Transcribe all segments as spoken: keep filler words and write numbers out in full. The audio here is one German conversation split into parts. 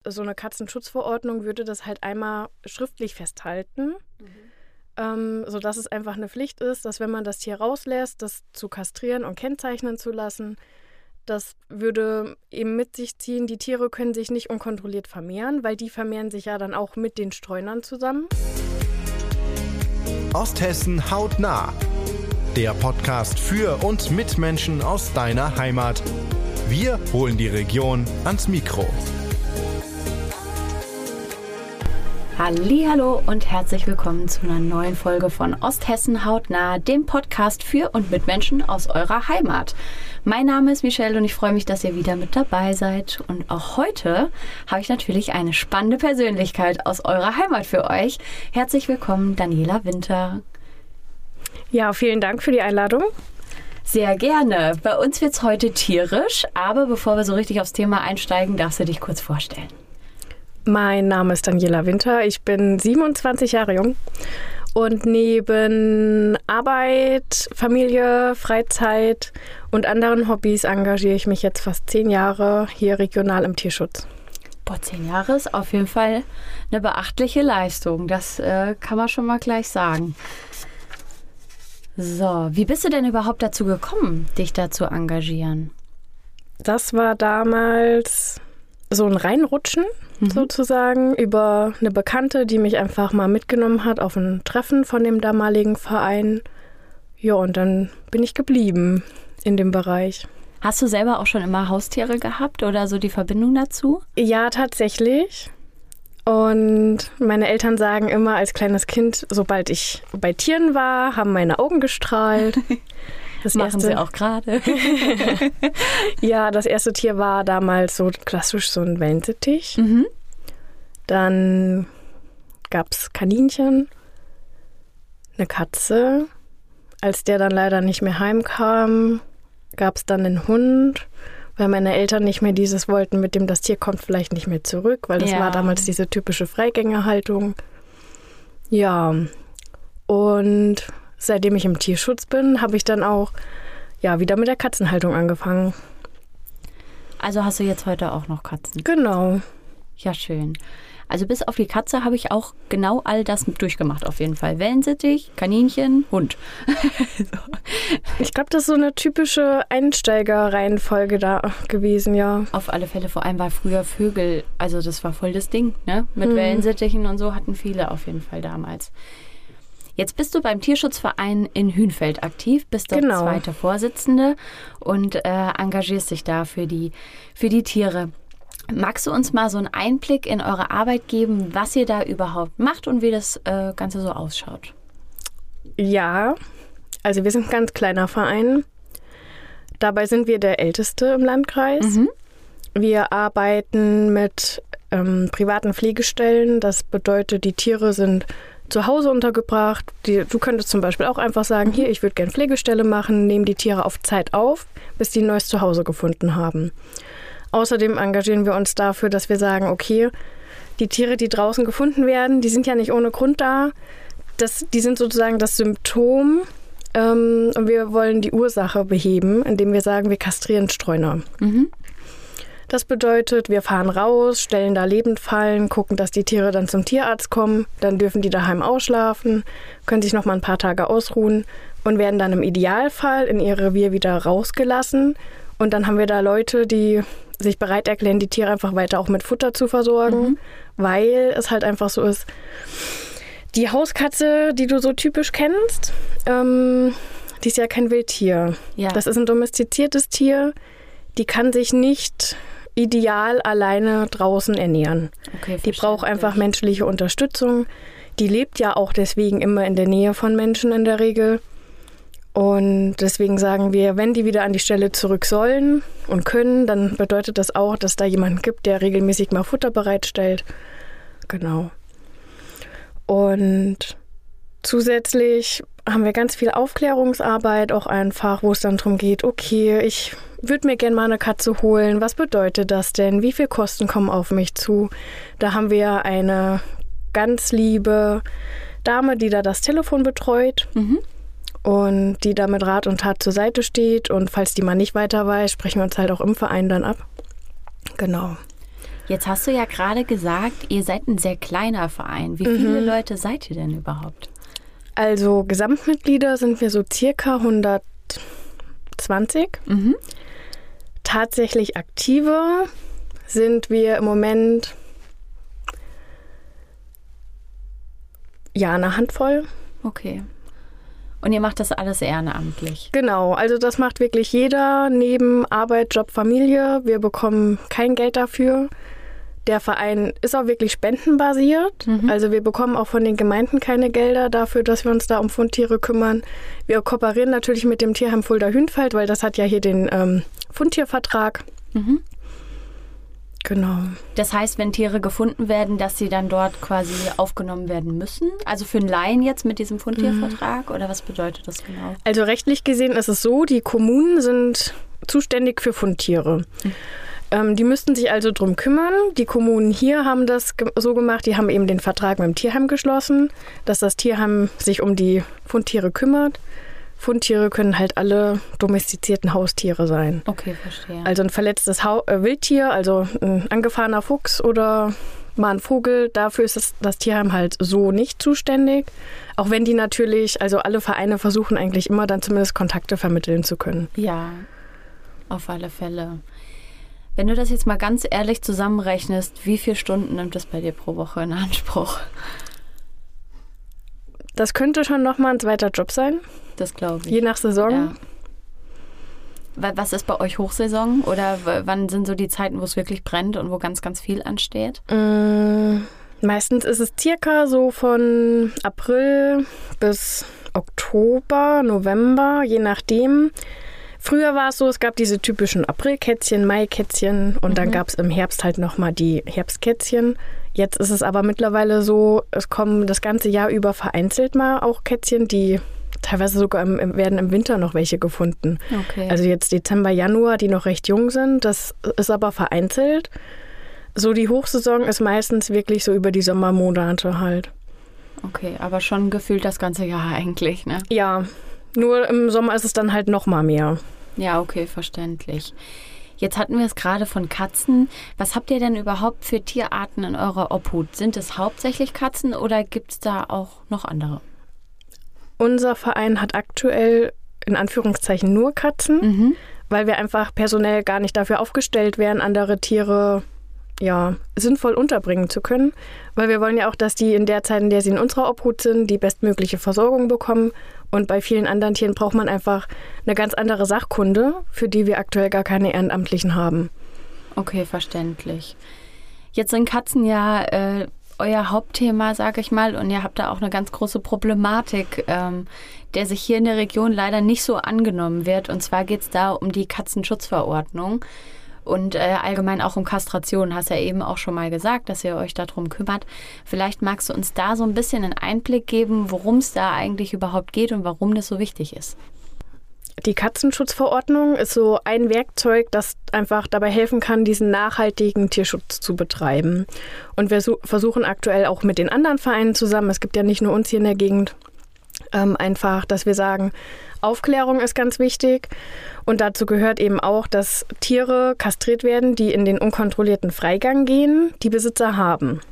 so eine Katzenschutzverordnung würde das halt einmal schriftlich festhalten, mhm. ähm, sodass es einfach eine Pflicht ist, dass wenn man das Tier rauslässt, das zu kastrieren und kennzeichnen zu lassen. Das würde eben mit sich ziehen, die Tiere können sich nicht unkontrolliert vermehren, weil die vermehren sich ja dann auch mit den Streunern zusammen. Osthessen hautnah. Der Podcast für und mit Menschen aus deiner Heimat. Wir holen die Region ans Mikro. Hallihallo und herzlich willkommen zu einer neuen Folge von Osthessen hautnah, dem Podcast für und mit Menschen aus eurer Heimat. Mein Name ist Michelle und ich freue mich, dass ihr wieder mit dabei seid. Und auch heute habe ich natürlich eine spannende Persönlichkeit aus eurer Heimat für euch. Herzlich willkommen, Daniela Winter. Ja, vielen Dank für die Einladung. Sehr gerne. Bei uns wird es heute tierisch, aber bevor wir so richtig aufs Thema einsteigen, darfst du dich kurz vorstellen. Mein Name ist Daniela Winter, ich bin siebenundzwanzig Jahre jung und neben Arbeit, Familie, Freizeit und anderen Hobbys engagiere ich mich jetzt fast zehn Jahre hier regional im Tierschutz. Boah, zehn Jahre ist auf jeden Fall eine beachtliche Leistung, das äh, kann man schon mal gleich sagen. So, wie bist du denn überhaupt dazu gekommen, dich da zu engagieren? Das war damals so ein Reinrutschen mhm. sozusagen über eine Bekannte, die mich einfach mal mitgenommen hat auf ein Treffen von dem damaligen Verein. Ja, und dann bin ich geblieben in dem Bereich. Hast du selber auch schon immer Haustiere gehabt oder so die Verbindung dazu? Ja, tatsächlich. Und meine Eltern sagen immer als kleines Kind, sobald ich bei Tieren war, haben meine Augen gestrahlt. Das machen erste, sie auch gerade. Ja, das erste Tier war damals so klassisch so ein Wellensittich. Mhm. Dann gab es Kaninchen, eine Katze. Als der dann leider nicht mehr heimkam, gab es dann einen Hund, weil meine Eltern nicht mehr dieses wollten, mit dem das Tier kommt vielleicht nicht mehr zurück, weil das ja. war damals diese typische Freigängerhaltung. Ja, und seitdem ich im Tierschutz bin, habe ich dann auch ja, wieder mit der Katzenhaltung angefangen. Also hast du jetzt heute auch noch Katzen? Genau. Ja, schön. Also bis auf die Katze habe ich auch genau all das durchgemacht auf jeden Fall. Wellensittich, Kaninchen, Hund. So. Ich glaube, das ist so eine typische Einsteigerreihenfolge da gewesen, ja. Auf alle Fälle, vor allem war früher Vögel, also das war voll das Ding, ne? Mit hm. Wellensittichen und so hatten viele auf jeden Fall damals. Jetzt bist du beim Tierschutzverein in Hünfeld aktiv, bist dort genau. zweite Vorsitzende und äh, engagierst dich da für die, für die Tiere. Magst du uns mal so einen Einblick in eure Arbeit geben, was ihr da überhaupt macht und wie das äh, Ganze so ausschaut? Ja, also wir sind ein ganz kleiner Verein. Dabei sind wir der älteste im Landkreis. Mhm. Wir arbeiten mit ähm, privaten Pflegestellen. Das bedeutet, die Tiere sind zu Hause untergebracht. Die, du könntest zum Beispiel auch einfach sagen, hier, ich würde gerne Pflegestelle machen, nehmen die Tiere auf Zeit auf, bis die ein neues Zuhause gefunden haben. Außerdem engagieren wir uns dafür, dass wir sagen, okay, die Tiere, die draußen gefunden werden, die sind ja nicht ohne Grund da. Das, die sind sozusagen das Symptom ähm, und wir wollen die Ursache beheben, indem wir sagen, wir kastrieren Streuner. Mhm. Das bedeutet, wir fahren raus, stellen da Lebendfallen, gucken, dass die Tiere dann zum Tierarzt kommen, dann dürfen die daheim ausschlafen, können sich noch mal ein paar Tage ausruhen und werden dann im Idealfall in ihr Revier wieder rausgelassen. Und dann haben wir da Leute, die sich bereit erklären, die Tiere einfach weiter auch mit Futter zu versorgen, mhm. weil es halt einfach so ist, die Hauskatze, die du so typisch kennst, ähm, die ist ja kein Wildtier. Ja. Das ist ein domestiziertes Tier, die kann sich nicht ideal alleine draußen ernähren. Okay, die braucht einfach menschliche Unterstützung. Die lebt ja auch deswegen immer in der Nähe von Menschen in der Regel. Und deswegen sagen wir, wenn die wieder an die Stelle zurück sollen und können, dann bedeutet das auch, dass da jemanden gibt, der regelmäßig mal Futter bereitstellt. Genau. Und zusätzlich haben wir ganz viel Aufklärungsarbeit auch einfach, wo es dann darum geht, okay, ich würde mir gerne mal eine Katze holen. Was bedeutet das denn? Wie viel Kosten kommen auf mich zu? Da haben wir eine ganz liebe Dame, die da das Telefon betreut. Mhm. Und die da mit Rat und Tat zur Seite steht. Und falls die mal nicht weiter weiß, sprechen wir uns halt auch im Verein dann ab. Genau. Jetzt hast du ja gerade gesagt, ihr seid ein sehr kleiner Verein. Wie viele mhm. Leute seid ihr denn überhaupt? Also Gesamtmitglieder sind wir so circa hundertzwanzig. Mhm. Tatsächlich aktive sind wir im Moment ja eine Handvoll. Okay. Und ihr macht das alles ehrenamtlich? Genau, also das macht wirklich jeder neben Arbeit, Job, Familie. Wir bekommen kein Geld dafür. Der Verein ist auch wirklich spendenbasiert. Mhm. Also wir bekommen auch von den Gemeinden keine Gelder dafür, dass wir uns da um Fundtiere kümmern. Wir kooperieren natürlich mit dem Tierheim Fulda-Hünfeld, weil das hat ja hier den ähm, Fundtiervertrag. Mhm. Genau. Das heißt, wenn Tiere gefunden werden, dass sie dann dort quasi aufgenommen werden müssen? Also für einen Laien jetzt mit diesem Fundtiervertrag? Mhm. Oder was bedeutet das genau? Also rechtlich gesehen ist es so, die Kommunen sind zuständig für Fundtiere. Mhm. Ähm, die müssten sich also drum kümmern. Die Kommunen hier haben das ge- so gemacht, die haben eben den Vertrag mit dem Tierheim geschlossen, dass das Tierheim sich um die Fundtiere kümmert. Fundtiere können halt alle domestizierten Haustiere sein. Okay, verstehe. Also ein verletztes ha- äh, Wildtier, also ein angefahrener Fuchs oder mal ein Vogel, dafür ist das, das Tierheim halt so nicht zuständig. Auch wenn die natürlich, also alle Vereine versuchen eigentlich immer dann zumindest Kontakte vermitteln zu können. Ja, auf alle Fälle. Wenn du das jetzt mal ganz ehrlich zusammenrechnest, wie viele Stunden nimmt das bei dir pro Woche in Anspruch? Das könnte schon nochmal ein zweiter Job sein. Das glaube ich. Je nach Saison. Ja. Was ist bei euch Hochsaison? Oder w- wann sind so die Zeiten, wo es wirklich brennt und wo ganz, ganz viel ansteht? Mm, meistens ist es circa so von April bis Oktober, November, je nachdem. Früher war es so, es gab diese typischen Aprilkätzchen, Maikätzchen und mhm. dann gab es im Herbst halt nochmal die Herbstkätzchen. Jetzt ist es aber mittlerweile so, es kommen das ganze Jahr über vereinzelt mal auch Kätzchen, die teilweise sogar im, werden im Winter noch welche gefunden. Okay. Also jetzt Dezember, Januar, die noch recht jung sind, das ist aber vereinzelt. So die Hochsaison ist meistens wirklich so über die Sommermonate halt. Okay, aber schon gefühlt das ganze Jahr eigentlich, ne? Ja, nur im Sommer ist es dann halt noch mal mehr. Ja, okay, verständlich. Jetzt hatten wir es gerade von Katzen. Was habt ihr denn überhaupt für Tierarten in eurer Obhut? Sind es hauptsächlich Katzen oder gibt es da auch noch andere? Unser Verein hat aktuell in Anführungszeichen nur Katzen, mhm. weil wir einfach personell gar nicht dafür aufgestellt wären, andere Tiere ja, sinnvoll unterbringen zu können. Weil wir wollen ja auch, dass die in der Zeit, in der sie in unserer Obhut sind, die bestmögliche Versorgung bekommen. Und bei vielen anderen Tieren braucht man einfach eine ganz andere Sachkunde, für die wir aktuell gar keine Ehrenamtlichen haben. Okay, verständlich. Jetzt sind Katzen ja äh, euer Hauptthema, sage ich mal, und ihr habt da auch eine ganz große Problematik, ähm, der sich hier in der Region leider nicht so angenommen wird. Und zwar geht es da um die Katzenschutzverordnung und äh, allgemein auch um Kastration. Hast ja eben auch schon mal gesagt, dass ihr euch darum kümmert. Vielleicht magst du uns da so ein bisschen einen Einblick geben, worum es da eigentlich überhaupt geht und warum das so wichtig ist. Die Katzenschutzverordnung ist so ein Werkzeug, das einfach dabei helfen kann, diesen nachhaltigen Tierschutz zu betreiben. Und wir su- versuchen aktuell auch mit den anderen Vereinen zusammen, es gibt ja nicht nur uns hier in der Gegend, ähm, einfach, dass wir sagen, Aufklärung ist ganz wichtig. Und dazu gehört eben auch, dass Tiere kastriert werden, die in den unkontrollierten Freigang gehen, die Besitzer haben.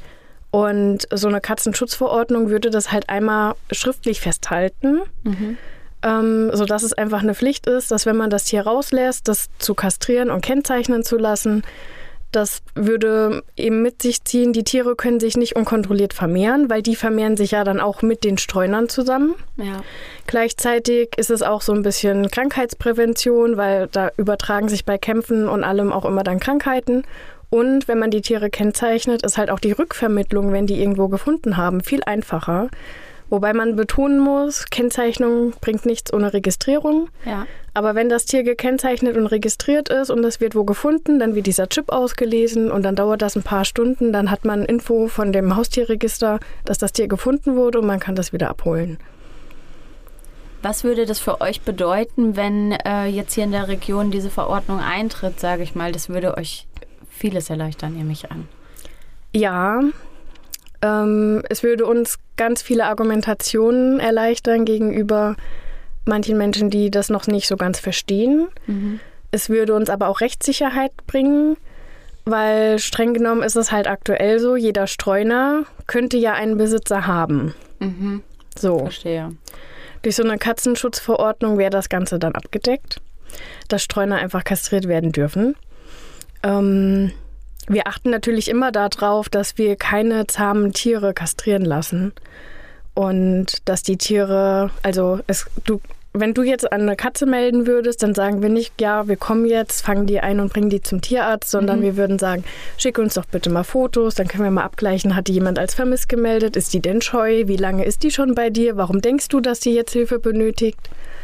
Und so eine Katzenschutzverordnung würde das halt einmal schriftlich festhalten. Mhm. Ähm, sodass es einfach eine Pflicht ist, dass wenn man das Tier rauslässt, das zu kastrieren und kennzeichnen zu lassen, das würde eben mit sich ziehen, die Tiere können sich nicht unkontrolliert vermehren, weil die vermehren sich ja dann auch mit den Streunern zusammen. Ja. Gleichzeitig ist es auch so ein bisschen Krankheitsprävention, weil da übertragen sich bei Kämpfen und allem auch immer dann Krankheiten. Und wenn man die Tiere kennzeichnet, ist halt auch die Rückvermittlung, wenn die irgendwo gefunden haben, viel einfacher. Wobei man betonen muss, Kennzeichnung bringt nichts ohne Registrierung. Ja. Aber wenn das Tier gekennzeichnet und registriert ist und es wird wo gefunden, dann wird dieser Chip ausgelesen und dann dauert das ein paar Stunden. Dann hat man Info von dem Haustierregister, dass das Tier gefunden wurde und man kann das wieder abholen. Was würde das für euch bedeuten, wenn äh, jetzt hier in der Region diese Verordnung eintritt, sage ich mal? Das würde euch vieles erleichtern, nehme ich an. Ja, ähm, es würde uns ganz viele Argumentationen erleichtern gegenüber manchen Menschen, die das noch nicht so ganz verstehen. Mhm. Es würde uns aber auch Rechtssicherheit bringen. weil streng genommen ist es halt aktuell so, jeder Streuner könnte ja einen Besitzer haben. Mhm. So. Verstehe. Durch so eine Katzenschutzverordnung wäre das Ganze dann abgedeckt, dass Streuner einfach kastriert werden dürfen. Ähm, wir achten natürlich immer darauf, dass wir keine zahmen Tiere kastrieren lassen. Und dass die Tiere, also es, du, wenn du jetzt eine Katze melden würdest, dann sagen wir nicht, ja, wir kommen jetzt, fangen die ein und bringen die zum Tierarzt, sondern mhm. wir würden sagen, schick uns doch bitte mal Fotos, dann können wir mal abgleichen, hat die jemand als vermisst gemeldet, ist die denn scheu, wie lange ist die schon bei dir, warum denkst du, dass die jetzt Hilfe benötigt?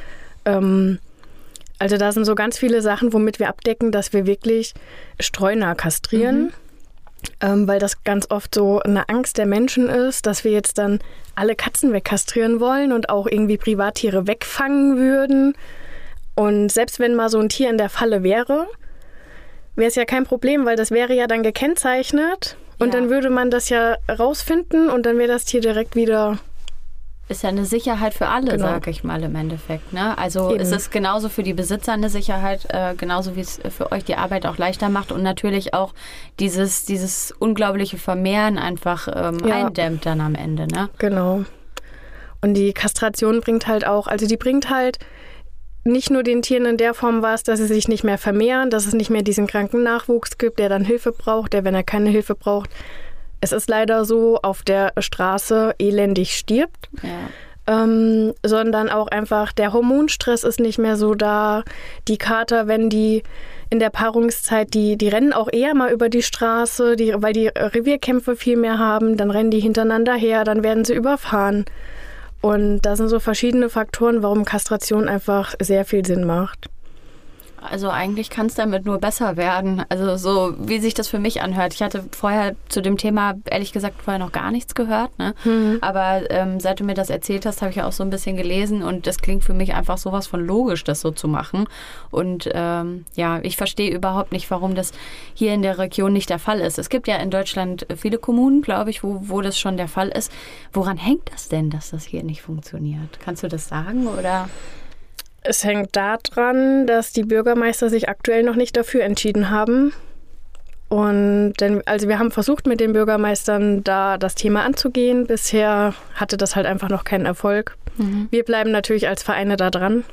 Ähm, also da sind so ganz viele Sachen, womit wir abdecken, dass wir wirklich Streuner kastrieren. Mhm. Ähm, weil das ganz oft so eine Angst der Menschen ist, dass wir jetzt dann alle Katzen wegkastrieren wollen und auch irgendwie Privattiere wegfangen würden. Und selbst wenn mal so ein Tier in der Falle wäre, wäre es ja kein Problem, weil das wäre ja dann gekennzeichnet und ja. dann würde man das ja rausfinden und dann wäre das Tier direkt wieder... Ist ja eine Sicherheit für alle, genau. sage ich mal im Endeffekt. Ne? Also Eben. Es ist genauso für die Besitzer eine Sicherheit, äh, genauso wie es für euch die Arbeit auch leichter macht und natürlich auch dieses, dieses unglaubliche Vermehren einfach ähm, ja. eindämmt dann am Ende. Ne? Genau. Und die Kastration bringt halt auch, also die bringt halt nicht nur den Tieren in der Form was, dass sie sich nicht mehr vermehren, dass es nicht mehr diesen kranken Nachwuchs gibt, der dann Hilfe braucht, der, wenn er keine Hilfe braucht, es ist leider so, auf der Straße elendig stirbt, ja. ähm, sondern auch einfach der Hormonstress ist nicht mehr so da. Die Kater, wenn die in der Paarungszeit, die, die rennen auch eher mal über die Straße, die, weil die Revierkämpfe viel mehr haben, dann rennen die hintereinander her, dann werden sie überfahren. Und da sind so verschiedene Faktoren, warum Kastration einfach sehr viel Sinn macht. Also eigentlich kann es damit nur besser werden. Also so, wie sich das für mich anhört. Ich hatte vorher zu dem Thema, ehrlich gesagt, vorher noch gar nichts gehört. Ne? Mhm. Aber ähm, seit du mir das erzählt hast, habe ich ja auch so ein bisschen gelesen. Und das klingt für mich einfach sowas von logisch, das so zu machen. Und ähm, ja, ich verstehe überhaupt nicht, warum das hier in der Region nicht der Fall ist. Es gibt ja in Deutschland viele Kommunen, glaube ich, wo, wo das schon der Fall ist. Woran hängt das denn, dass das hier nicht funktioniert? Kannst du das sagen, oder... Es hängt daran, dass die Bürgermeister sich aktuell noch nicht dafür entschieden haben. Und denn, also wir haben versucht, mit den Bürgermeistern da das Thema anzugehen. Bisher hatte das halt einfach noch keinen Erfolg. Mhm. Wir bleiben natürlich als Vereine da dran.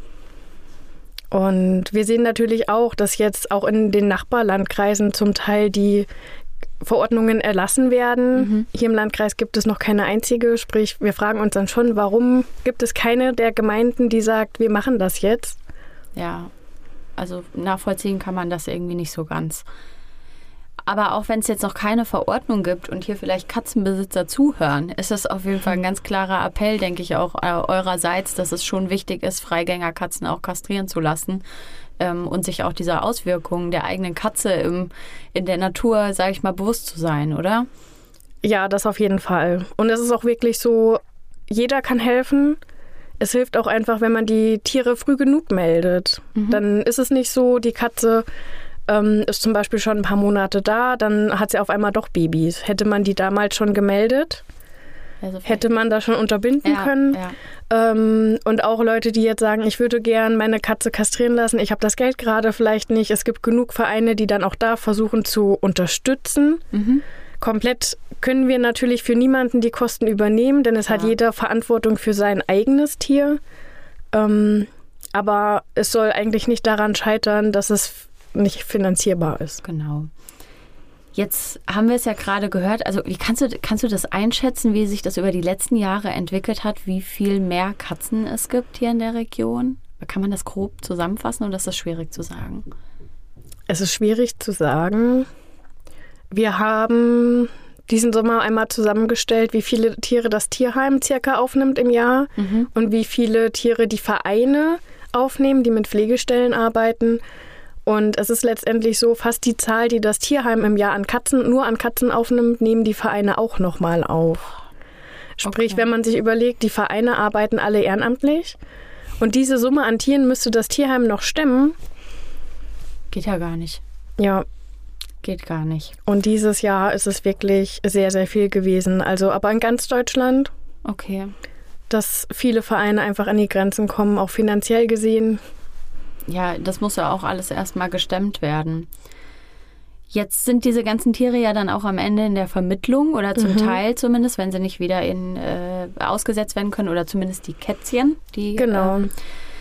Und wir sehen natürlich auch, dass jetzt auch in den Nachbarlandkreisen zum Teil die Verordnungen erlassen werden. Mhm. Hier im Landkreis gibt es noch keine einzige. Sprich, wir fragen uns dann schon, warum gibt es keine der Gemeinden, die sagt, wir machen das jetzt? Ja, also nachvollziehen kann man das irgendwie nicht so ganz. Aber auch wenn es jetzt noch keine Verordnung gibt und hier vielleicht Katzenbesitzer zuhören, ist es auf jeden Fall ein ganz klarer Appell, denke ich, auch eurerseits, dass es schon wichtig ist, Freigängerkatzen auch kastrieren zu lassen. Und sich auch dieser Auswirkungen der eigenen Katze im, in der Natur, sage ich mal, bewusst zu sein, oder? Ja, das auf jeden Fall. Und es ist auch wirklich so, jeder kann helfen. Es hilft auch einfach, wenn man die Tiere früh genug meldet. Mhm. Dann ist es nicht so, die Katze ähm, ist zum Beispiel schon ein paar Monate da, dann hat sie auf einmal doch Babys. Hätte man die damals schon gemeldet, also hätte man das schon unterbinden ja, können. Ja. Ähm, und auch Leute, die jetzt sagen, ich würde gern meine Katze kastrieren lassen, ich habe das Geld gerade vielleicht nicht. Es gibt genug Vereine, die dann auch da versuchen zu unterstützen. Mhm. Komplett können wir natürlich für niemanden die Kosten übernehmen, denn es ja. hat jeder Verantwortung für sein eigenes Tier. Ähm, aber es soll eigentlich nicht daran scheitern, dass es nicht finanzierbar ist. Genau. Jetzt haben wir es ja gerade gehört, also wie kannst du, kannst du das einschätzen, wie sich das über die letzten Jahre entwickelt hat, wie viel mehr Katzen es gibt hier in der Region? Kann man das grob zusammenfassen oder ist das schwierig zu sagen? Es ist schwierig zu sagen. Wir haben diesen Sommer einmal zusammengestellt, wie viele Tiere das Tierheim circa aufnimmt im Jahr mhm. und wie viele Tiere die Vereine aufnehmen, die mit Pflegestellen arbeiten. Und es ist letztendlich so, fast die Zahl, die das Tierheim im Jahr an Katzen, nur an Katzen aufnimmt, nehmen die Vereine auch nochmal auf. Sprich, okay. wenn man sich überlegt, die Vereine arbeiten alle ehrenamtlich und diese Summe an Tieren müsste das Tierheim noch stemmen. Geht ja gar nicht. Ja. Geht gar nicht. Und dieses Jahr ist es wirklich sehr, sehr viel gewesen. Also aber in ganz Deutschland. Okay. Dass viele Vereine einfach an die Grenzen kommen, auch finanziell gesehen. Ja, das muss ja auch alles erstmal gestemmt werden. Jetzt sind diese ganzen Tiere ja dann auch am Ende in der Vermittlung oder zum mhm. Teil zumindest, wenn sie nicht wieder in, äh, ausgesetzt werden können oder zumindest die Kätzchen, die genau. ähm,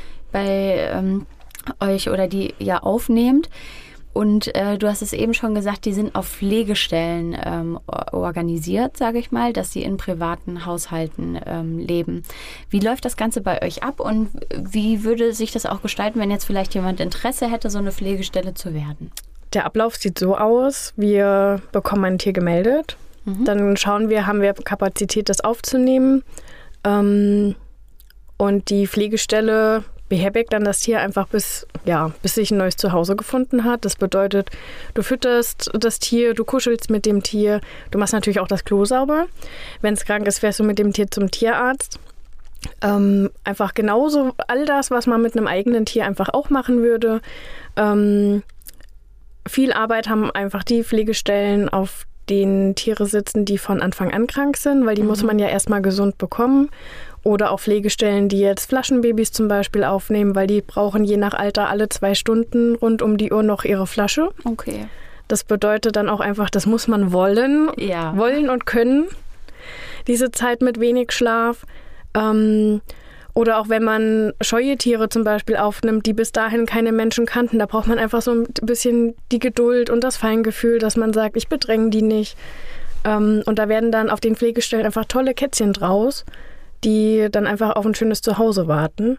bei ähm, euch oder die ihr aufnehmt. Und äh, du hast es eben schon gesagt, die sind auf Pflegestellen ähm, organisiert, sage ich mal, dass sie in privaten Haushalten ähm, leben. Wie läuft das Ganze bei euch ab und wie würde sich das auch gestalten, wenn jetzt vielleicht jemand Interesse hätte, so eine Pflegestelle zu werden? Der Ablauf sieht so aus, wir bekommen ein Tier gemeldet, mhm. dann schauen wir, haben wir Kapazität, das aufzunehmen ähm, und die Pflegestelle beherbergt dann das Tier einfach bis, ja, bis sich ein neues Zuhause gefunden hat. Das bedeutet, du fütterst das Tier, du kuschelst mit dem Tier, du machst natürlich auch das Klo sauber. Wenn es krank ist, fährst du mit dem Tier zum Tierarzt. Ähm, einfach genauso all das, was man mit einem eigenen Tier einfach auch machen würde. Ähm, viel Arbeit haben einfach die Pflegestellen, auf denen Tiere sitzen, die von Anfang an krank sind, weil die mhm. muss man ja erstmal gesund bekommen. Oder auch Pflegestellen, die jetzt Flaschenbabys zum Beispiel aufnehmen, weil die brauchen je nach Alter alle zwei Stunden rund um die Uhr noch ihre Flasche. Okay. Das bedeutet dann auch einfach, das muss man wollen, ja. wollen und können, diese Zeit mit wenig Schlaf. Ähm, oder auch wenn man scheue Tiere zum Beispiel aufnimmt, die bis dahin keine Menschen kannten, da braucht man einfach so ein bisschen die Geduld und das Feingefühl, dass man sagt, ich bedränge die nicht. Ähm, und da werden dann auf den Pflegestellen einfach tolle Kätzchen draus, die dann einfach auf ein schönes Zuhause warten.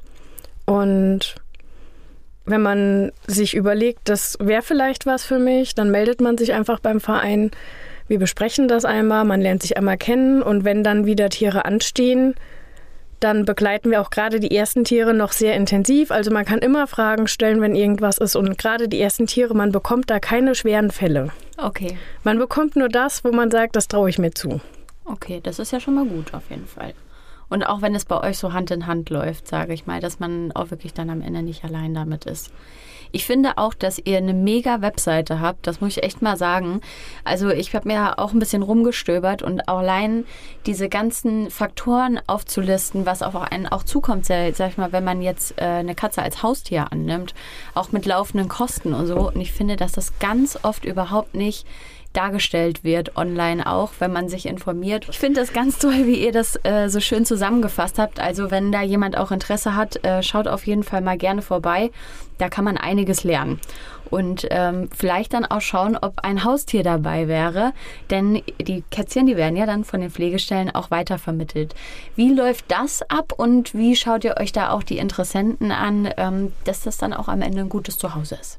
Und wenn man sich überlegt, das wäre vielleicht was für mich, dann meldet man sich einfach beim Verein. Wir besprechen das einmal, man lernt sich einmal kennen und wenn dann wieder Tiere anstehen, dann begleiten wir auch gerade die ersten Tiere noch sehr intensiv. Also man kann immer Fragen stellen, wenn irgendwas ist und gerade die ersten Tiere, man bekommt da keine schweren Fälle. Okay. Man bekommt nur das, wo man sagt, das traue ich mir zu. Okay, das ist ja schon mal gut auf jeden Fall. Und auch wenn es bei euch so Hand in Hand läuft, sage ich mal, dass man auch wirklich dann am Ende nicht allein damit ist. Ich finde auch, dass ihr eine mega Webseite habt, das muss ich echt mal sagen. Also ich habe mir auch ein bisschen rumgestöbert und allein diese ganzen Faktoren aufzulisten, was auf einen auch zukommt, sag ich mal, wenn man jetzt äh, eine Katze als Haustier annimmt, auch mit laufenden Kosten und so. Und ich finde, dass das ganz oft überhaupt nicht dargestellt wird, online auch, wenn man sich informiert. Ich finde das ganz toll, wie ihr das äh, so schön zusammengefasst habt. Also wenn da jemand auch Interesse hat, äh, schaut auf jeden Fall mal gerne vorbei. Da kann man einiges lernen. Und ähm, vielleicht dann auch schauen, ob ein Haustier dabei wäre. Denn die Kätzchen, die werden ja dann von den Pflegestellen auch weitervermittelt. Wie läuft das ab und wie schaut ihr euch da auch die Interessenten an, ähm, dass das dann auch am Ende ein gutes Zuhause ist?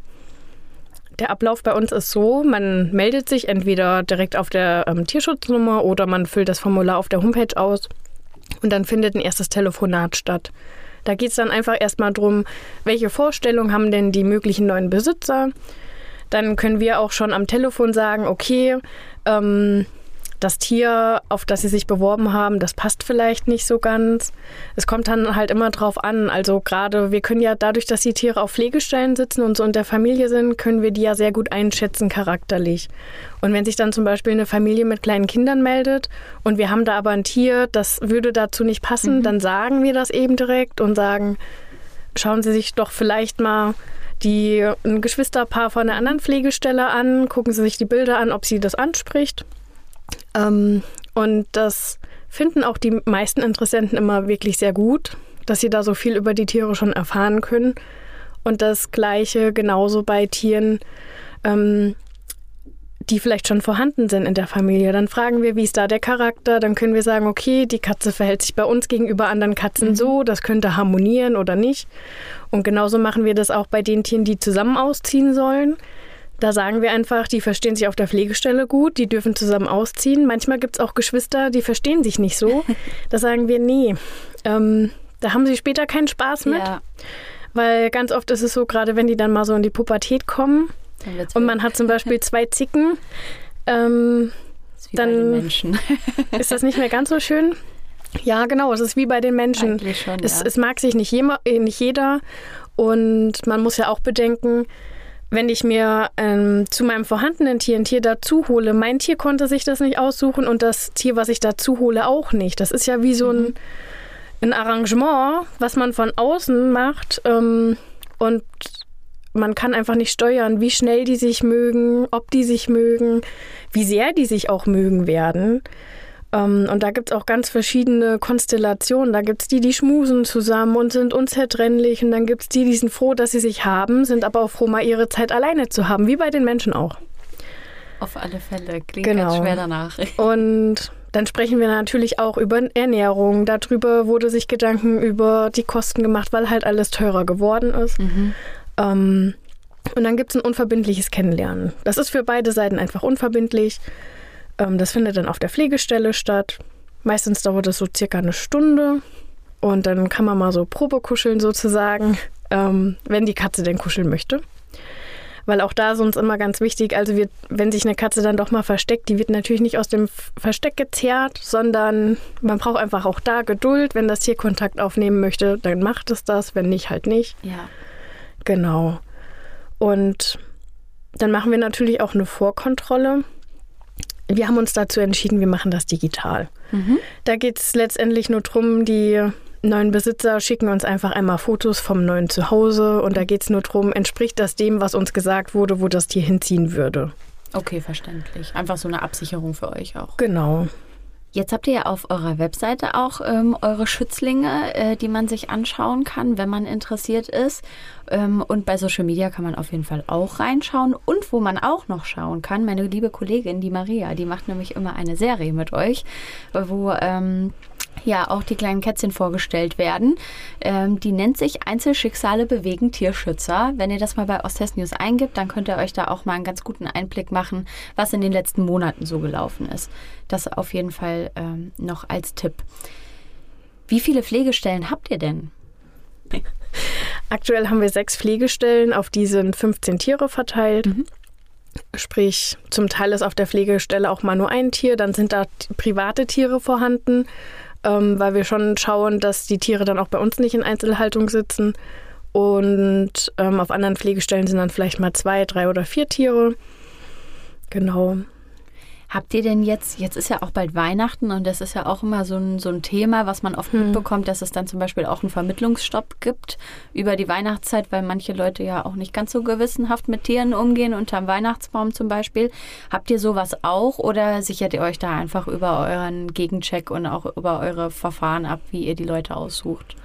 Der Ablauf bei uns ist so, man meldet sich entweder direkt auf der ähm, Tierschutznummer oder man füllt das Formular auf der Homepage aus und dann findet ein erstes Telefonat statt. Da geht es dann einfach erstmal darum, welche Vorstellungen haben denn die möglichen neuen Besitzer. Dann können wir auch schon am Telefon sagen, okay, ähm, das Tier, auf das sie sich beworben haben, das passt vielleicht nicht so ganz. Es kommt dann halt immer drauf an. Also gerade, wir können ja dadurch, dass die Tiere auf Pflegestellen sitzen und so in der Familie sind, können wir die ja sehr gut einschätzen charakterlich. Und wenn sich dann zum Beispiel eine Familie mit kleinen Kindern meldet und wir haben da aber ein Tier, das würde dazu nicht passen, mhm. dann sagen wir das eben direkt und sagen, schauen Sie sich doch vielleicht mal die, ein Geschwisterpaar von einer anderen Pflegestelle an, gucken Sie sich die Bilder an, ob Sie das anspricht. Ähm, und das finden auch die meisten Interessenten immer wirklich sehr gut, dass sie da so viel über die Tiere schon erfahren können. Und das Gleiche genauso bei Tieren, ähm, die vielleicht schon vorhanden sind in der Familie. Dann fragen wir, wie ist da der Charakter? Dann können wir sagen, okay, die Katze verhält sich bei uns gegenüber anderen Katzen mhm. so, das könnte harmonieren oder nicht. Und genauso machen wir das auch bei den Tieren, die zusammen ausziehen sollen. Da sagen wir einfach, die verstehen sich auf der Pflegestelle gut, die dürfen zusammen ausziehen. Manchmal gibt es auch Geschwister, die verstehen sich nicht so. Da sagen wir, nee, ähm, da haben sie später keinen Spaß mit. Ja. Weil ganz oft ist es so, gerade wenn die dann mal so in die Pubertät kommen und man hat zum Beispiel zwei Zicken, ähm, das ist wie dann bei den Menschen. Ist das nicht mehr ganz so schön. Ja, genau, es ist wie bei den Menschen. Eigentlich schon, es, ja. es mag sich nicht, jema, nicht jeder und man muss ja auch bedenken, wenn ich mir ähm, zu meinem vorhandenen Tier ein Tier dazu hole, mein Tier konnte sich das nicht aussuchen und das Tier, was ich dazu hole, auch nicht. Das ist ja wie so ein, ein Arrangement, was man von außen macht. Ähm, und man kann einfach nicht steuern, wie schnell die sich mögen, ob die sich mögen, wie sehr die sich auch mögen werden. Und da gibt es auch ganz verschiedene Konstellationen. Da gibt es die, die schmusen zusammen und sind unzertrennlich. Und dann gibt es die, die sind froh, dass sie sich haben, sind aber auch froh, mal ihre Zeit alleine zu haben, wie bei den Menschen auch. Auf alle Fälle. Klingt genau. ganz schwer danach. Und dann sprechen wir natürlich auch über Ernährung. Darüber wurde sich Gedanken über die Kosten gemacht, weil halt alles teurer geworden ist. Mhm. Ähm, und dann gibt es ein unverbindliches Kennenlernen. Das ist für beide Seiten einfach unverbindlich. Das findet dann auf der Pflegestelle statt. Meistens dauert es so circa eine Stunde. Und dann kann man mal so Probekuscheln sozusagen, ähm, wenn die Katze denn kuscheln möchte. Weil auch da ist uns immer ganz wichtig, also wir, wenn sich eine Katze dann doch mal versteckt, die wird natürlich nicht aus dem Versteck gezerrt, sondern man braucht einfach auch da Geduld. Wenn das Tier Kontakt aufnehmen möchte, dann macht es das, wenn nicht, halt nicht. Ja. Genau. Und dann machen wir natürlich auch eine Vorkontrolle. Wir haben uns dazu entschieden, wir machen das digital. Mhm. Da geht es letztendlich nur darum, die neuen Besitzer schicken uns einfach einmal Fotos vom neuen Zuhause und da geht es nur darum, entspricht das dem, was uns gesagt wurde, wo das Tier hinziehen würde. Okay, verständlich. Einfach so eine Absicherung für euch auch. Genau. Jetzt habt ihr ja auf eurer Webseite auch ähm, eure Schützlinge, äh, die man sich anschauen kann, wenn man interessiert ist. Ähm, und bei Social Media kann man auf jeden Fall auch reinschauen. Und wo man auch noch schauen kann, meine liebe Kollegin, die Maria, die macht nämlich immer eine Serie mit euch, wo ähm, ja auch die kleinen Kätzchen vorgestellt werden. Ähm, die nennt sich Einzelschicksale bewegen Tierschützer. Wenn ihr das mal bei Osthessen News eingibt, dann könnt ihr euch da auch mal einen ganz guten Einblick machen, was in den letzten Monaten so gelaufen ist. Das auf jeden Fall ähm, noch als Tipp. Wie viele Pflegestellen habt ihr denn? Aktuell haben wir sechs Pflegestellen, auf die sind fünfzehn Tiere verteilt. Mhm. Sprich, zum Teil ist auf der Pflegestelle auch mal nur ein Tier, dann sind da t- private Tiere vorhanden, ähm, weil wir schon schauen, dass die Tiere dann auch bei uns nicht in Einzelhaltung sitzen. Und ähm, auf anderen Pflegestellen sind dann vielleicht mal zwei, drei oder vier Tiere. Genau. Habt ihr denn jetzt, jetzt ist ja auch bald Weihnachten und das ist ja auch immer so ein, so ein Thema, was man oft hm. mitbekommt, dass es dann zum Beispiel auch einen Vermittlungsstopp gibt über die Weihnachtszeit, weil manche Leute ja auch nicht ganz so gewissenhaft mit Tieren umgehen, unterm Weihnachtsbaum zum Beispiel. Habt ihr sowas auch oder sichert ihr euch da einfach über euren Gegencheck und auch über eure Verfahren ab, wie ihr die Leute aussucht?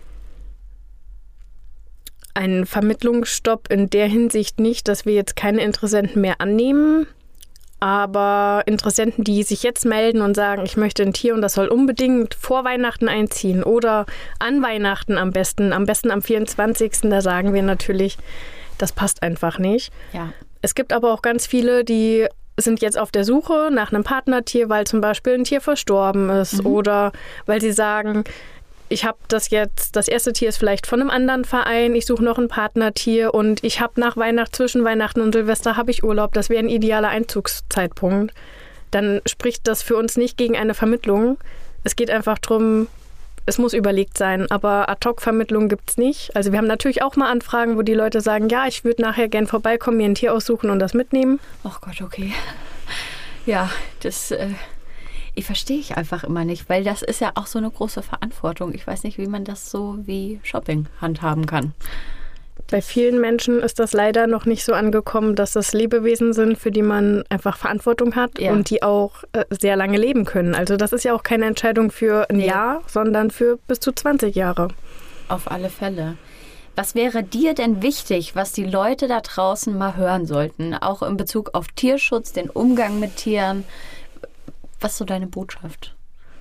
Ein Vermittlungsstopp in der Hinsicht nicht, dass wir jetzt keine Interessenten mehr annehmen. Aber Interessenten, die sich jetzt melden und sagen, ich möchte ein Tier und das soll unbedingt vor Weihnachten einziehen oder an Weihnachten am besten, am besten am vierundzwanzigsten, da sagen wir natürlich, das passt einfach nicht. Ja. Es gibt aber auch ganz viele, die sind jetzt auf der Suche nach einem Partnertier, weil zum Beispiel ein Tier verstorben ist mhm. oder weil sie sagen, ich habe das jetzt, das erste Tier ist vielleicht von einem anderen Verein, ich suche noch ein Partnertier und ich habe nach Weihnachten, zwischen Weihnachten und Silvester habe ich Urlaub, das wäre ein idealer Einzugszeitpunkt. Dann spricht das für uns nicht gegen eine Vermittlung. Es geht einfach darum, es muss überlegt sein, aber Ad-Hoc-Vermittlung gibt es nicht. Also wir haben natürlich auch mal Anfragen, wo die Leute sagen, ja, ich würde nachher gern vorbeikommen, mir ein Tier aussuchen und das mitnehmen. Ach Gott, okay. Ja, das... Äh Ich verstehe ich einfach immer nicht, weil das ist ja auch so eine große Verantwortung. Ich weiß nicht, wie man das so wie Shopping handhaben kann. Bei vielen Menschen ist das leider noch nicht so angekommen, dass das Lebewesen sind, für die man einfach Verantwortung hat ja. und die auch äh, sehr lange leben können. Also das ist ja auch keine Entscheidung für ein nee. Jahr, sondern für bis zu zwanzig Jahre. Auf alle Fälle. Was wäre dir denn wichtig, was die Leute da draußen mal hören sollten? Auch in Bezug auf Tierschutz, den Umgang mit Tieren. Was ist so deine Botschaft?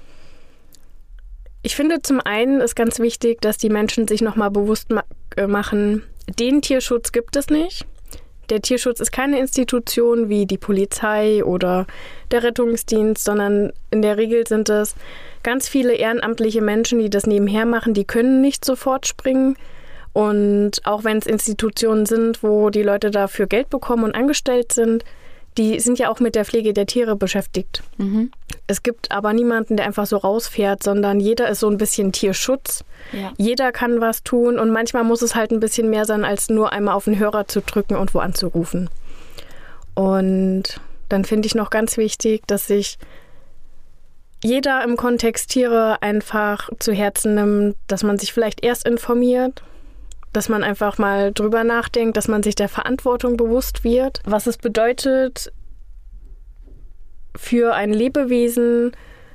Ich finde, zum einen ist ganz wichtig, dass die Menschen sich nochmal bewusst ma- machen, den Tierschutz gibt es nicht. Der Tierschutz ist keine Institution wie die Polizei oder der Rettungsdienst, sondern in der Regel sind es ganz viele ehrenamtliche Menschen, die das nebenher machen, die können nicht sofort springen. Und auch wenn es Institutionen sind, wo die Leute dafür Geld bekommen und angestellt sind, die sind ja auch mit der Pflege der Tiere beschäftigt. Mhm. Es gibt aber niemanden, der einfach so rausfährt, sondern jeder ist so ein bisschen Tierschutz. Ja. Jeder kann was tun und manchmal muss es halt ein bisschen mehr sein, als nur einmal auf den Hörer zu drücken und wo anzurufen. Und dann finde ich noch ganz wichtig, dass sich jeder im Kontext Tiere einfach zu Herzen nimmt, dass man sich vielleicht erst informiert, dass man einfach mal drüber nachdenkt, dass man sich der Verantwortung bewusst wird, was es bedeutet für ein Lebewesen,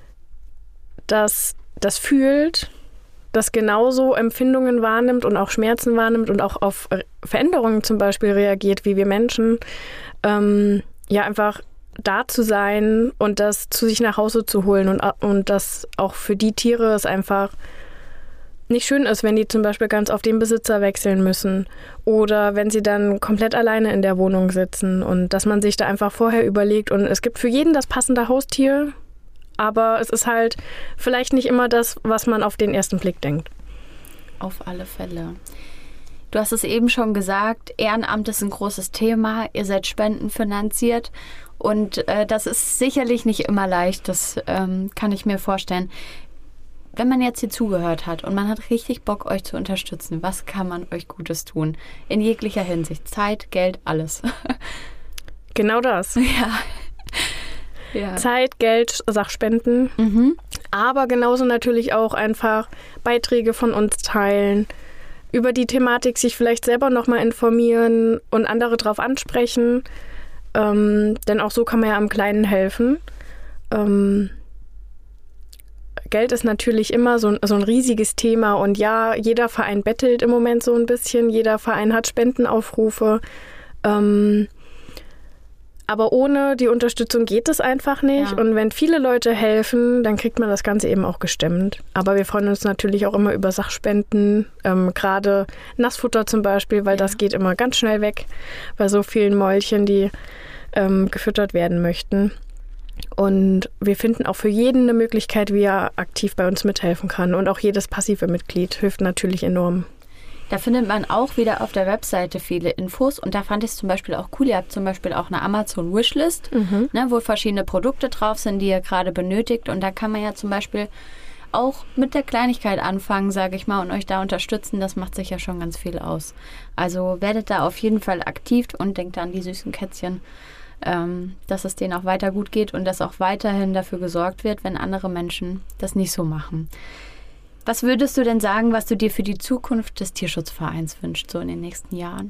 das das fühlt, das genauso Empfindungen wahrnimmt und auch Schmerzen wahrnimmt und auch auf Veränderungen zum Beispiel reagiert, wie wir Menschen, ähm, ja einfach da zu sein und das zu sich nach Hause zu holen und, und dass auch für die Tiere es einfach nicht schön ist, wenn die zum Beispiel ganz oft den Besitzer wechseln müssen oder wenn sie dann komplett alleine in der Wohnung sitzen und dass man sich da einfach vorher überlegt und es gibt für jeden das passende Haustier, aber es ist halt vielleicht nicht immer das, was man auf den ersten Blick denkt. Auf alle Fälle. Du hast es eben schon gesagt, Ehrenamt ist ein großes Thema, ihr seid spendenfinanziert und äh, das ist sicherlich nicht immer leicht, das ähm, kann ich mir vorstellen. Wenn man jetzt hier zugehört hat und man hat richtig Bock, euch zu unterstützen, was kann man euch Gutes tun? In jeglicher Hinsicht. Zeit, Geld, alles. Genau das. Ja. Ja. Zeit, Geld, Sachspenden. Mhm. Aber genauso natürlich auch einfach Beiträge von uns teilen, über die Thematik sich vielleicht selber nochmal informieren und andere drauf ansprechen. Ähm, denn auch so kann man ja am Kleinen helfen. Ähm, Geld ist natürlich immer so, so ein riesiges Thema und ja, jeder Verein bettelt im Moment so ein bisschen, jeder Verein hat Spendenaufrufe, ähm, aber ohne die Unterstützung geht es einfach nicht ja. Und wenn viele Leute helfen, dann kriegt man das Ganze eben auch gestemmt. Aber wir freuen uns natürlich auch immer über Sachspenden, ähm, gerade Nassfutter zum Beispiel, weil ja. Das geht immer ganz schnell weg bei so vielen Mäulchen, die ähm, gefüttert werden möchten. Und wir finden auch für jeden eine Möglichkeit, wie er aktiv bei uns mithelfen kann. Und auch jedes passive Mitglied hilft natürlich enorm. Da findet man auch wieder auf der Webseite viele Infos. Und da fand ich es zum Beispiel auch cool. Ihr habt zum Beispiel auch eine Amazon-Wishlist, mhm. ne, wo verschiedene Produkte drauf sind, die ihr gerade benötigt. Und da kann man ja zum Beispiel auch mit der Kleinigkeit anfangen, sage ich mal, und euch da unterstützen. Das macht sich ja schon ganz viel aus. Also werdet da auf jeden Fall aktiv und denkt an die süßen Kätzchen. Ähm, dass es denen auch weiter gut geht und dass auch weiterhin dafür gesorgt wird, wenn andere Menschen das nicht so machen. Was würdest du denn sagen, was du dir für die Zukunft des Tierschutzvereins wünschst, so in den nächsten Jahren?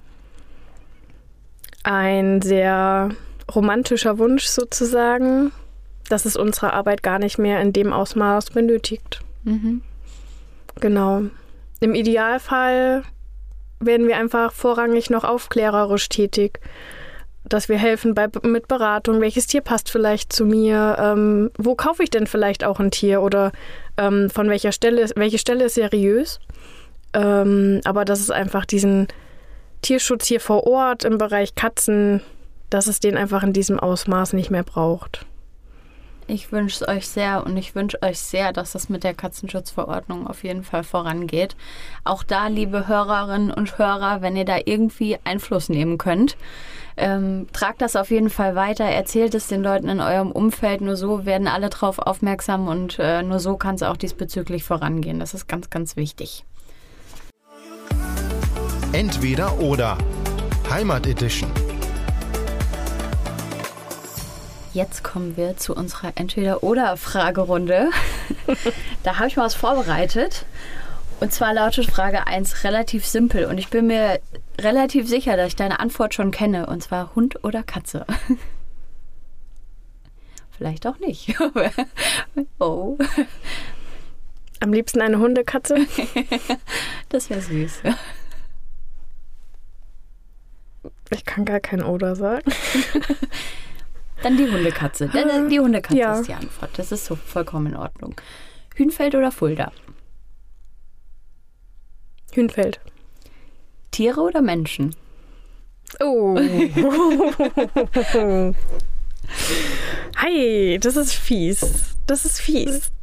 Ein sehr romantischer Wunsch sozusagen, dass es unsere Arbeit gar nicht mehr in dem Ausmaß benötigt. Mhm. Genau. Im Idealfall werden wir einfach vorrangig noch aufklärerisch tätig, dass wir helfen bei, mit Beratung, welches Tier passt vielleicht zu mir, ähm, wo kaufe ich denn vielleicht auch ein Tier oder ähm, von welcher Stelle, welche Stelle ist seriös. Ähm, aber dass es einfach diesen Tierschutz hier vor Ort im Bereich Katzen, dass es den einfach in diesem Ausmaß nicht mehr braucht. Ich wünsche es euch sehr und ich wünsche euch sehr, dass das mit der Katzenschutzverordnung auf jeden Fall vorangeht. Auch da, liebe Hörerinnen und Hörer, wenn ihr da irgendwie Einfluss nehmen könnt, ähm, tragt das auf jeden Fall weiter, erzählt es den Leuten in eurem Umfeld. Nur so werden alle drauf aufmerksam und äh, nur so kann es auch diesbezüglich vorangehen. Das ist ganz, ganz wichtig. Entweder oder. Heimat Edition. Jetzt kommen wir zu unserer Entweder-oder-Fragerunde. Da habe ich mal was vorbereitet. Und zwar lautet Frage eins relativ simpel. Und ich bin mir relativ sicher, dass ich deine Antwort schon kenne. Und zwar Hund oder Katze? Vielleicht auch nicht. Oh. Am liebsten eine Hundekatze? Das wäre süß. Ich kann gar kein Oder sagen. Dann die Hundekatze. Denn die Hundekatze ja. ist die Antwort. Das ist so vollkommen in Ordnung. Hünfeld oder Fulda? Hünfeld. Tiere oder Menschen? Oh. Hi, das ist fies. Das ist fies.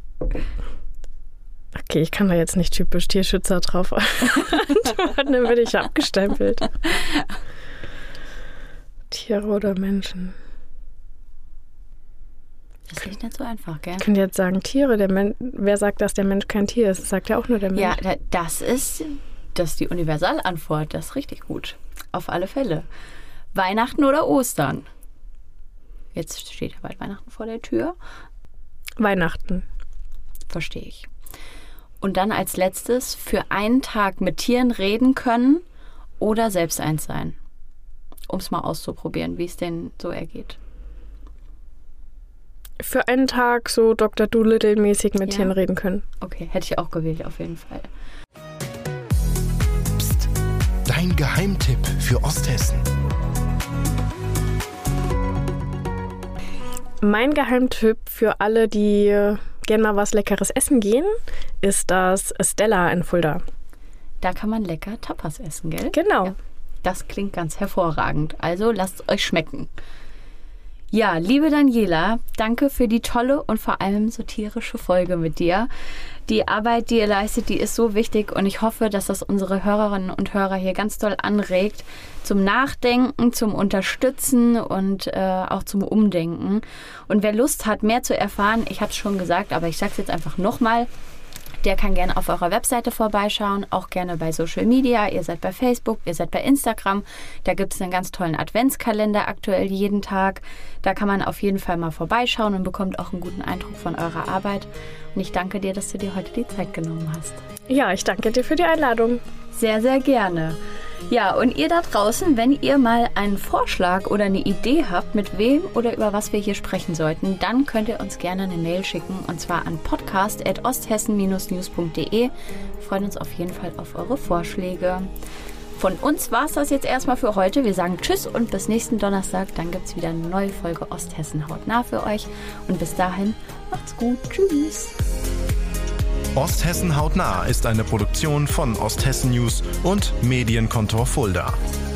Okay, ich kann da jetzt nicht typisch Tierschützer drauf antworten, dann werde ich abgestempelt. Tiere oder Menschen? Das ist nicht so einfach, gell? Ich könnte jetzt sagen Tiere. Der Men- Wer sagt, dass der Mensch kein Tier ist? Das sagt ja auch nur der Mensch. Ja, das ist, das ist die Universalantwort. Das ist richtig gut. Auf alle Fälle. Weihnachten oder Ostern? Jetzt steht ja bald Weihnachten vor der Tür. Weihnachten. Verstehe ich. Und dann als letztes, für einen Tag mit Tieren reden können oder selbst eins sein. Um es mal auszuprobieren, wie es denen so ergeht. Für einen Tag so Doktor Dolittle-mäßig mit ja. Tieren reden können. Okay, hätte ich auch gewählt, auf jeden Fall. Psst, dein Geheimtipp für Osthessen. Mein Geheimtipp für alle, die gerne mal was Leckeres essen gehen, ist das Stella in Fulda. Da kann man lecker Tapas essen, gell? Genau. Ja. Das klingt ganz hervorragend. Also lasst es euch schmecken. Ja, liebe Daniela, danke für die tolle und vor allem satirische Folge mit dir. Die Arbeit, die ihr leistet, die ist so wichtig und ich hoffe, dass das unsere Hörerinnen und Hörer hier ganz doll anregt zum Nachdenken, zum Unterstützen und äh, auch zum Umdenken. Und wer Lust hat, mehr zu erfahren, ich habe es schon gesagt, aber ich sage es jetzt einfach nochmal, der kann gerne auf eurer Webseite vorbeischauen, auch gerne bei Social Media. Ihr seid bei Facebook, ihr seid bei Instagram. Da gibt es einen ganz tollen Adventskalender aktuell jeden Tag. Da kann man auf jeden Fall mal vorbeischauen und bekommt auch einen guten Eindruck von eurer Arbeit. Und ich danke dir, dass du dir heute die Zeit genommen hast. Ja, ich danke dir für die Einladung. Sehr, sehr gerne. Ja, und ihr da draußen, wenn ihr mal einen Vorschlag oder eine Idee habt, mit wem oder über was wir hier sprechen sollten, dann könnt ihr uns gerne eine Mail schicken und zwar an podcast at osthessen dash news punkt de. Wir freuen uns auf jeden Fall auf eure Vorschläge. Von uns war es das jetzt erstmal für heute. Wir sagen Tschüss und bis nächsten Donnerstag. Dann gibt es wieder eine neue Folge Osthessen hautnah für euch. Und bis dahin, macht's gut. Tschüss. Osthessen hautnah ist eine Produktion von Osthessen News und Medienkontor Fulda.